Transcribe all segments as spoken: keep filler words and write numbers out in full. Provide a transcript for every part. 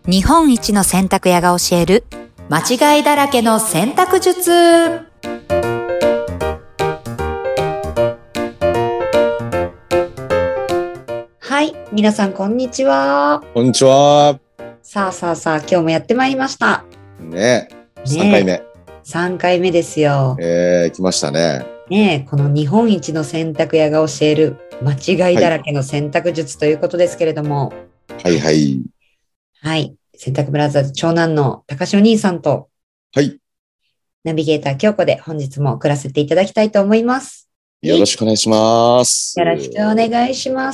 日本一の洗濯屋が教える間違いだらけの洗濯術。はい、皆さんこんにちは。 こんにちは。 さあさあさあ、今日もやってまいりました。 ねえ、さんかいめ。 さんかいめですよ。 えー、来ましたね。 ねえ、この日本一の洗濯屋が教える間違いだらけの洗濯術ということですけれども。 はいはい。 はい。洗濯ブラザーズ長男の高橋お兄さんと、 はい。 ナビゲーター京子で本日も送らせていただきたいと思います。 よろしくお願いします。 よろしくお願いします。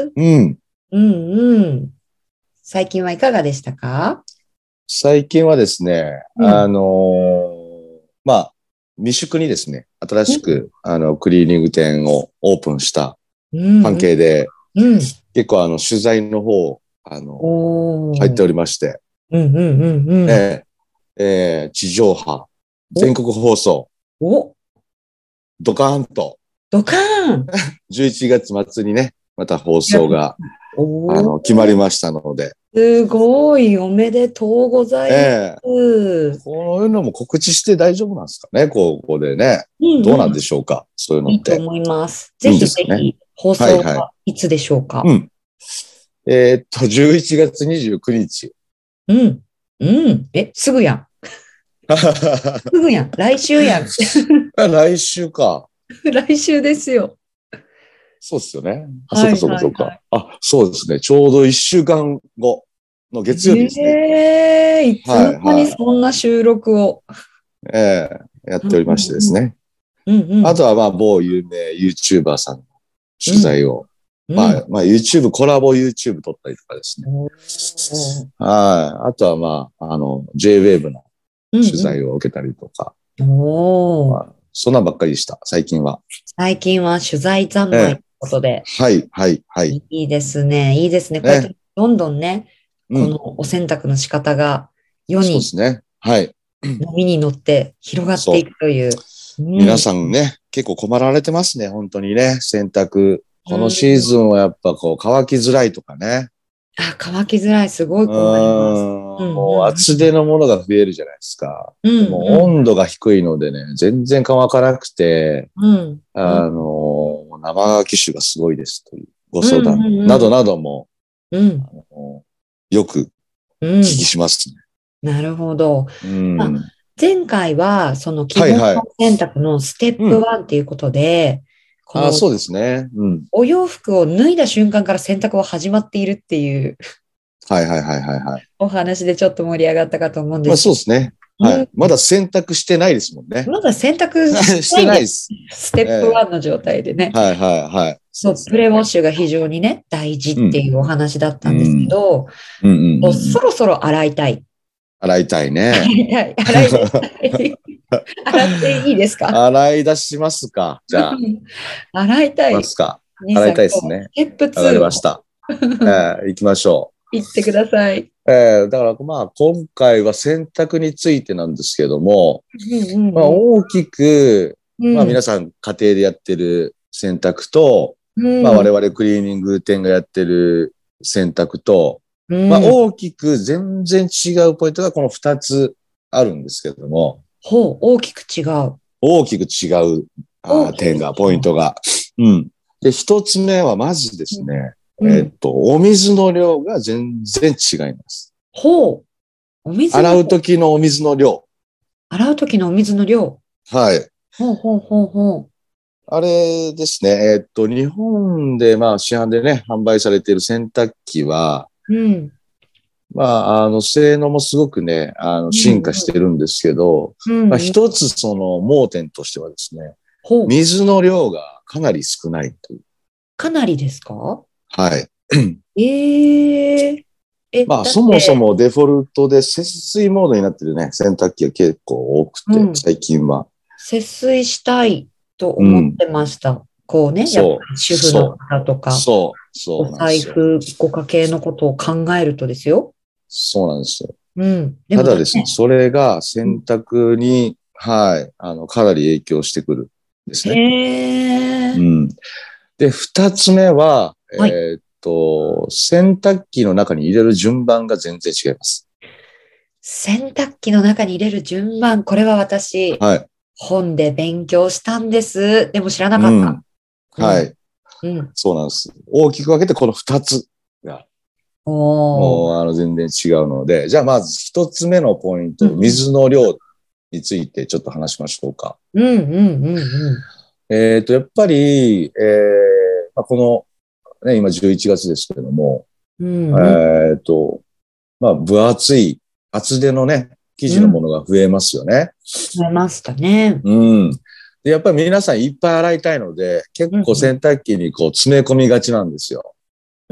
うん。 うんうん。最近はいかがでしたか？ 最近はですね、 うん、 あのー、まあ、未宿にですね、新しく、うん、あの、クリーニング店をオープンした関係で、 うんうん、 結構あの、取材の方、あの、入っておりまして、 うんうんうんうん、 えーえー、地上波、全国放送、 おドカーンと、 ドカーンじゅういちがつ末にね、また放送が、あの、決まりましたので。 すごい、おめでとうございます。えー、こういうのも告知して大丈夫なんですかね、ここでね。うんうん、どうなんでしょうか、そういうのって。 いいと思います。ぜひぜひ、放送はいつでしょうか？ はいはい、うん。えー、っと、じゅういちがつにじゅうくにち。 うん。うん。え、すぐやん。すぐやん。来週やん。 来週か。 来週ですよ。 そうですよね。あ、そうかそうかそうか。あ、そうですね。ちょうどいっしゅうかんごの月曜日ですね。 ええー、いつの間にそんな収録を。 はいはい、ええー、やっておりましてですね。 うんうんうん、 あとはまあ、某有名 YouTuber さんの取材を、うん、まあ、まあ、YouTube、コラボ YouTube 撮ったりとかですね。はい。あとはまあ、あの、J-ウェーブ の取材を受けたりとか。うんうんおまあ、そんなんばっかりでした、最近は。 最近は取材三昧ということで、 えー。はい、はい、はい。 いいですね。いいですね。こうやってどんどんね、ねこのお洗濯の仕方が世に、 そうですね。はい。 波に乗って広がっていくという。 うん、皆さんね、結構困られてますね、本当にね、洗濯。このシーズンはやっぱこう乾きづらいとかね。 あ、乾きづらい、すごい困ります。うん、 もう厚手のものが増えるじゃないですか。うんうん、もう温度が低いのでね、全然乾かなくて、うん、あの、生乾き臭がすごいですというご相談、うんうんうん、などなども、うん、あのよく聞きしますね。 うん、なるほど。うんまあ、前回は、その基本の洗濯のステップワンっていうことで、はいはいうんこのあそうですね、うん。 お洋服を脱いだ瞬間から洗濯は始まっているっていう。 はいはいはいはい、はい。 お話でちょっと盛り上がったかと思うんですけど。 まあそうですね。はい。うん、まだ洗濯してないですもんね。 まだ洗濯してないです。 ステップワンの状態でね。 えー、はいはいはい。 そう、ね、プレウォッシュが非常にね、大事っていうお話だったんですけど、うんうんうんうん、そろそろ洗いたい。 洗いたいね。 洗いたい。洗いたい。洗っていいですか？ 洗い出しますか。じゃあ。 洗いたい。 ますか。洗いたいですね。 ステップツー。 わかりました。えー、行きましょう。行ってください。 えー、だからまあ今回は洗濯についてなんですけども、うんうんうん、まあ、大きく、うん、まあ皆さん家庭でやってる洗濯と、うん、まあ我々クリーニング店がやってる洗濯と、うん、まあ大きく全然違うポイントがこの二つあるんですけども。 ほう、大きく違う。 大きく違うあ点が、ポイントが。うん。で、一つ目はまずですね、うん、えっと、お水の量が全然違います。 ほう。お水洗う時のお水の量。 洗う時のお水の量。 はい。 ほうほうほうほう。 あれですね、えっと、日本で、まあ、市販でね、販売されている洗濯機は、うん。まあ、あの、性能もすごくね、あの、進化してるんですけど、うんうんまあ、一つその盲点としてはですね、うん、水の量がかなり少ないという。 かなりですか？ はい。 ええー。え、 まあ、そもそもデフォルトで節水モードになってるね、洗濯機が結構多くて、うん、最近は。 節水したいと思ってました。うん、こうね、やっぱり主婦の方とか、 そう、そう、 お財布、ご家計のことを考えるとですよ。 そうなんですよ。 うん。 ただですね、それが洗濯に、うん、はい、あの、かなり影響してくるんですね。 へー。 うん。で、二つ目は、はい、えー、っと、洗濯機の中に入れる順番が全然違います。 洗濯機の中に入れる順番、これは私、はい、本で勉強したんです。でも知らなかった。うん、 はい、うん。そうなんです。大きく分けてこの二つが、もうあの全然違うので、じゃあまず一つ目のポイント、うん、水の量についてちょっと話しましょうか。 うんうんうんうん。 えっと、やっぱり、えーまあ、この、ね、今じゅういちがつですけれども、うんうん、えっと、まあ、分厚い、厚手のね、生地のものが増えますよね。 増えましたね。 うん。で、やっぱり皆さんいっぱい洗いたいので、結構洗濯機にこう詰め込みがちなんですよ。 うん。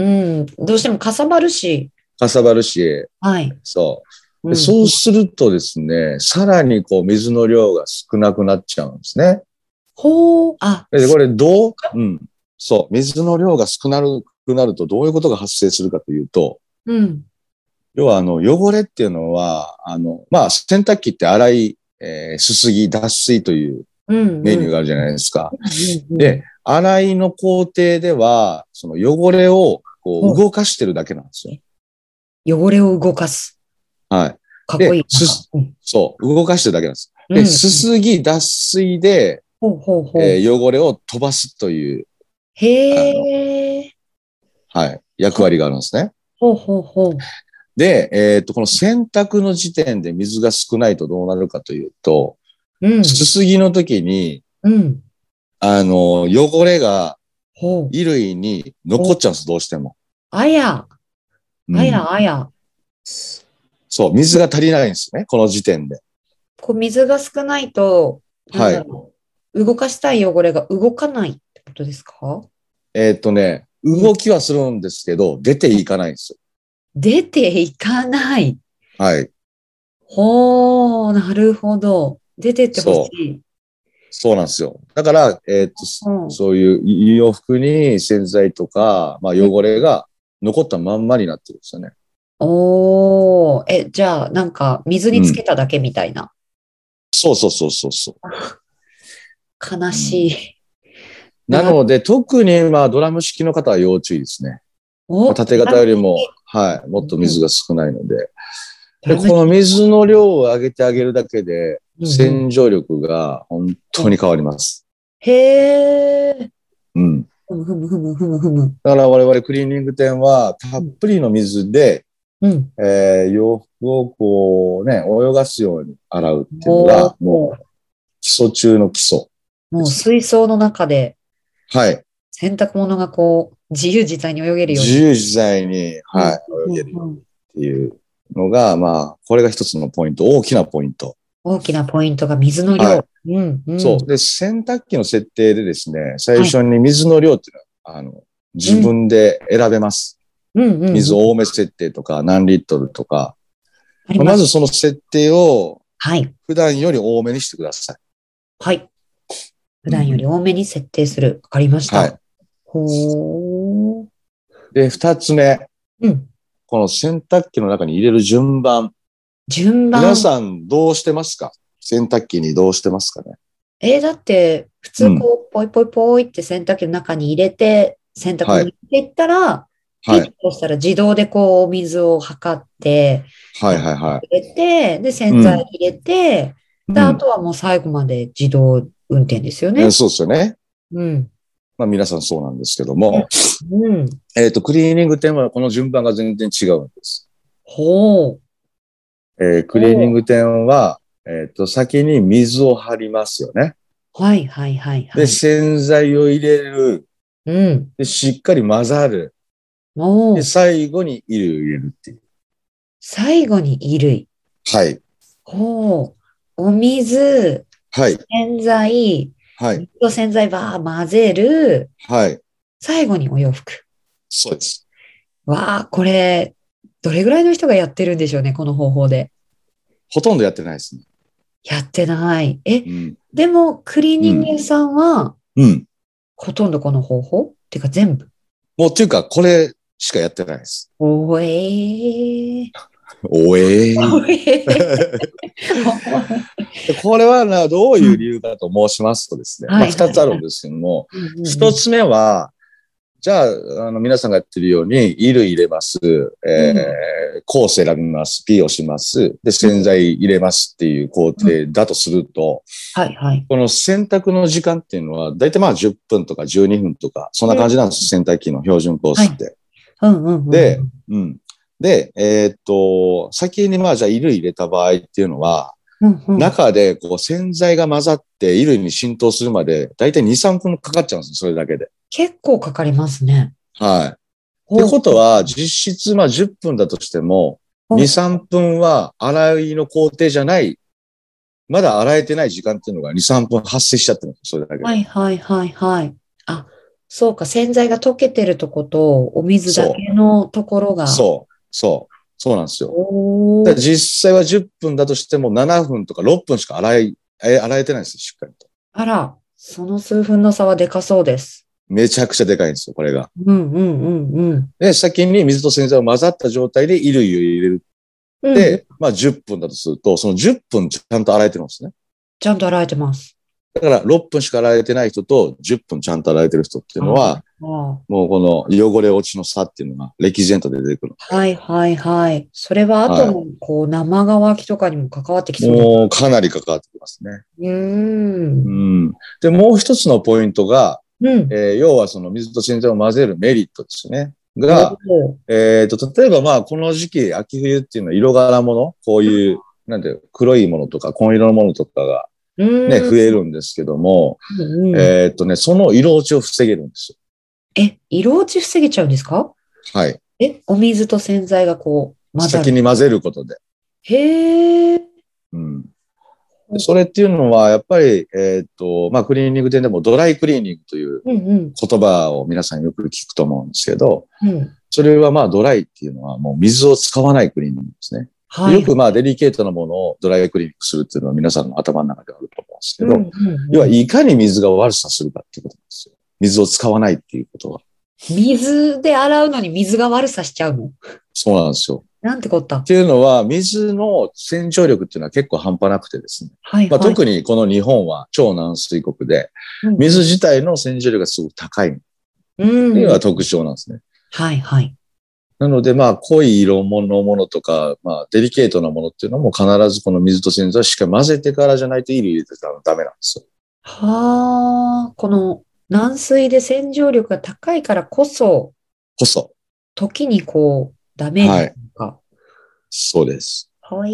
どうしてもかさばるし。 かさばるし。はい。そう。で、うん、そうするとですね、さらにこう水の量が少なくなっちゃうんですね。 ほう。あ。 で、これどううん。そう。水の量が少なくなるとどういうことが発生するかというと、うん。要は、あの、汚れっていうのは、あの、まあ、洗濯機って洗い、えー、すすぎ、脱水というメニューがあるじゃないですか。うんうん、で、洗いの工程では、その汚れをこう動かしてるだけなんですよ。 汚れを動かす。 はい。 かっこいい。 すそう、動かしてるだけなんです。で、うん、すすぎ、脱水で、ほうほうほうえー、汚れを飛ばすという、 へー。 はい、役割があるんですね。 ほうほうほう。 で、えっと、この洗濯の時点で水が少ないとどうなるかというと、うん、すすぎの時に、うん、あの、汚れが衣類に残っちゃうんです、どうしても。 あや。あやあや、うん。 そう、水が足りないんですね、この時点で。 こう水が少ないと、 はい。 動かしたい汚れが動かないってことですか？ えっとね、動きはするんですけど、出ていかないんですよ。 出ていかない。 はい。 ほー、なるほど。出てってほしい。 そうなんですよ。だから、えっと、うん、そういう洋服に洗剤とか、まあ汚れが残ったまんまになってるんですよね。 おー、え、じゃあ、なんか、水につけただけみたいな。うん、 そうそうそうそうそう。 悲しい。 うん、なので、特に、まあ、ドラム式の方は要注意ですね。まあ、縦型よりも、はい、もっと水が少ないので。で、この水の量を上げてあげるだけで、洗浄力が本当に変わります。 うん、へー。 うん。 ふむふむふむふむふむ。 だから我々クリーニング店は、たっぷりの水で、うん、えー、洋服をこうね、泳がすように洗うっていうのが、もう、基礎中の基礎。 もう水槽の中で、 はい。 洗濯物がこう、自由自在に泳げるように。 自由自在に、はい、泳げるようにっていうのが、まあ、これが一つのポイント、大きなポイント。 大きなポイントが水の量。はい、 うんうん、そう。で、洗濯機の設定でですね、最初に水の量っていうのは、はい、あの、自分で選べます。うんうんうん、水多め設定とか、何リットルとか。ま, まずその設定を、普段より多めにしてください。 はい。普段より多めに設定する。わ、うん、かりました。はい。ほー。 で、二つ目。うん。この洗濯機の中に入れる順番。 順番。 皆さんどうしてますか？洗濯機にどうしてますかね？ えー、だって、普通こう、ポイポイポイって洗濯機の中に入れて、洗濯に入れていったら、はい、ピッとしたら自動でこう、お水を測って、 はいはいはい。 入れて、で、洗剤入れて、うん、で、あとはもう最後まで自動運転ですよね。 うん、そうですよね。 うん。 まあ皆さんそうなんですけども、うんうん、えっと、クリーニング店はこの順番が全然違うんです。 ほう。 えー、クリーニング店は、えっと、先に水を張りますよね。 はいはいはいはい。 で、洗剤を入れる。うん。で、しっかり混ざる。で、最後に衣類を入れるっていう。 最後に衣類。 はい。 ほう。お水。 はい。 洗剤。 はい。 水と洗剤ばー混ぜる。 はい。 最後にお洋服。 そうです。 わあ、これ、どれぐらいの人がやってるんでしょうね、この方法で。 ほとんどやってないですね。 やってない。え、うん、でも、クリーニング屋さんは、うん。ほとんどこの方法っていうか全部。 もうっていうか、これしかやってないです。 おえー。 おえー。これはな、どういう理由かと申しますとですね、うん、まあ二つあるんですけども、一、うん、つ目は、 じゃあ、あの、皆さんがやってるように、衣類入れます、えー、コース選びます、P をします、で、洗剤入れますっていう工程だとすると、 はいはい。 この洗濯の時間っていうのは、だいたいまあじゅっぷんとかじゅうにふんとか、そんな感じなんです、洗濯機の標準コースって。 うんうんうん。 で、うん。で、えーっと、先にまあじゃあ衣類入れた場合っていうのは、 うんうん、 中でこう洗剤が混ざって衣類に浸透するまで、だいたいに、さんぷんかかっちゃうんですよ、それだけで。 結構かかりますね。 はい。ってことは、実質まあじゅっぷんだとしても、に、さんぷんは洗いの工程じゃない、まだ洗えてない時間っていうのがに、さんぷん発生しちゃってるんですよ、それだけで。 はいはいはいはい。あ、そうか、洗剤が溶けてるとこと、お水だけのところが。 そう、そう、そうなんですよ。で実際はじゅっぷんだとしてもななふんとかろっぷんしか洗い、え洗えてないんですよ、しっかりと。 あら、その数分の差はでかそうです。 めちゃくちゃでかいんですよ、これが。 うんうんうんうん。 で、先に水と洗剤を混ざった状態で衣類を入れる。で、うん、まあじゅっぷんだとすると、そのじゅっぷんちゃんと洗えてるんですね。 ちゃんと洗えてます。 だからろっぷんしか洗えてない人とじゅっぷんちゃんと洗えてる人っていうのは、もうこの汚れ落ちの差っていうのが歴然と出てくる。 はいはいはい。それは後のこう生乾きとかにも関わってきそうです、 はい、もうかなり関わってきますね。 うん。 うん。で、もう一つのポイントが、うんえー、要はその水と洗剤を混ぜるメリットですね。が、えっと、例えばまあこの時期、秋冬っていうのは色柄もの、こういう、なんていう黒いものとか紺色のものとかが、ね、増えるんですけども、うん、えー、っとね、その色落ちを防げるんですよ。 え、色落ち防げちゃうんですか？ はい。 え、お水と洗剤がこう混ざる。先に混ぜることで。 へえ。 うん。それっていうのは、やっぱり、えー、っと、まあ、クリーニング店でもドライクリーニングという言葉を皆さんよく聞くと思うんですけど、うん、それはまあ、ドライっていうのはもう水を使わないクリーニングですね。はい、よくまあデリケートなものをドライクリーニングするっていうのは皆さんの頭の中であると思うんですけど、うんうんうん、要はいかに水が悪さするかっていうことなんですよ。水を使わないっていうことは。 水で洗うのに水が悪さしちゃうの？ そうなんですよ。 なんてこった。 っていうのは、水の洗浄力っていうのは結構半端なくてですね。はいはい、まあ、特にこの日本は超軟水国で、水自体の洗浄力がすごく高いっていうのが特徴なんですね。 うん、はいはい。 なので、まあ、濃い色のものとか、まあ、デリケートなものっていうのも必ずこの水と洗剤をしっかり混ぜてからじゃないと衣類入れてたらダメなんですよ。 はあ、この軟水で洗浄力が高いからこそ、 こそ。 時にこう、ダメなのか。 はい。そうです。 はい、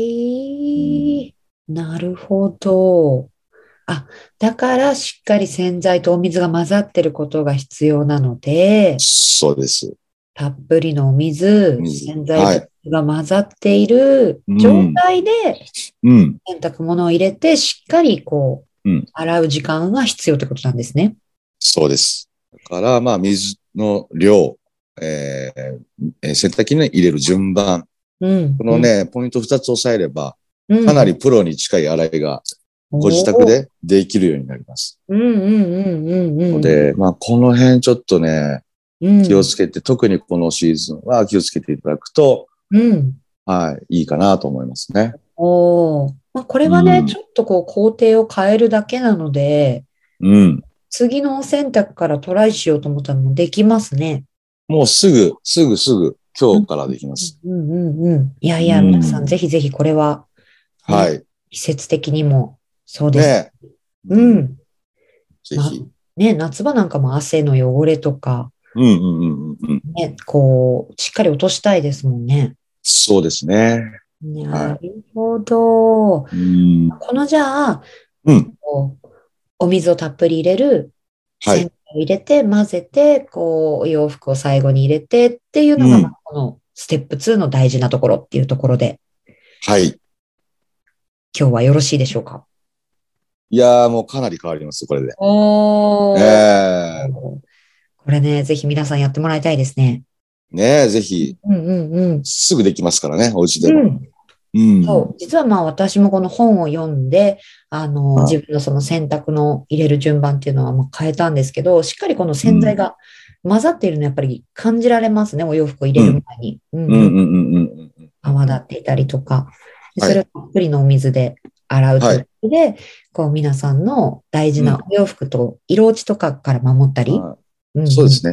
うん。なるほど。あ、だからしっかり洗剤とお水が混ざってることが必要なので、 そうです。 たっぷりのお水、水洗剤が混ざっている状態で、洗濯物を入れて、しっかりこう、うん、洗う時間が必要ってことなんですね。 そうです。だから、まあ、水の量、えー、洗濯機に入れる順番、うん、このね、うん、ポイントふたつ押さえれば、かなりプロに近い洗いがご自宅でできるようになります。 うんうんうんうんうん。 で、まあ、この辺ちょっとね、気をつけて、うん、特にこのシーズンは気をつけていただくと、うん、はい、いいかなと思いますね。 おー、まあ、これはね、うん、ちょっとこう工程を変えるだけなので、うん、次のお洗濯からトライしようと思ったらもうできますね。 もうすぐ、すぐすぐ、今日からできます。 うんうんうん。いやいや、皆さんぜひぜひこれは、 ね、はい。 季節的にもそうです。 ね。 うん。 ぜひ。 ね、夏場なんかも汗の汚れとか、 うんうんうんうん。 ね、こう、しっかり落としたいですもんね。 そうですね。 なるほど。はい、うんこのじゃあ、 うん、 お水をたっぷり入れる、洗剤を入れて、混ぜて、こう、お洋服を最後に入れてっていうのが、うん、このステップツーの大事なところっていうところで。 はい。 今日はよろしいでしょうか？ いやー、もうかなり変わります、これで。 おー。 えー、 これね、ぜひ皆さんやってもらいたいですね。 ねえ、ぜひ。 うんうんうん。 すぐできますからね、お家でも。うんうん、そう。実はまあ私もこの本を読んで、あの、自分のその洗濯の入れる順番っていうのはもう変えたんですけど、しっかりこの洗剤が混ざっているのはやっぱり感じられますね、お洋服を入れる前に。泡立っていたりとか。それをたっぷりのお水で洗うということで、はい、こう皆さんの大事なお洋服と色落ちとかから守ったり。 うん、そうですね。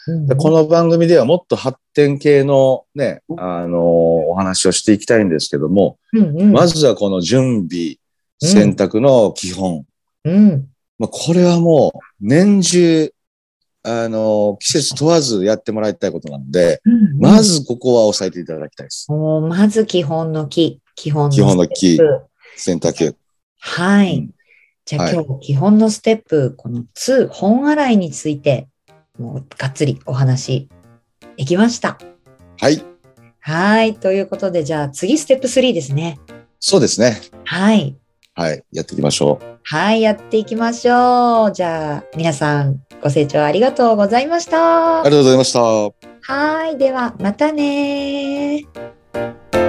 うんでこの番組ではもっと発展系のね、あのーお話をしていきたいんですけども、 うんうん、 まずはこの準備、洗濯の基本。 うん、 まあ、これはもう年中、あのー季節問わずやってもらいたいことなので、 うんうん、 まずここは押さえていただきたいです。 おまず基本の基、基本基のステ本のキー、 ップ。 洗濯。 はい。 うん、 じゃあはい。 今日基本のステップ、このに、本洗いについて、もうがっつりお話できました。 はい。 はい。ということで、じゃあ次ステップさんですね。 そうですね。 はい。 はい。やっていきましょう。 はい。やっていきましょう。じゃあ皆さんご清聴ありがとうございました。 ありがとうございました。 はい。ではまたね。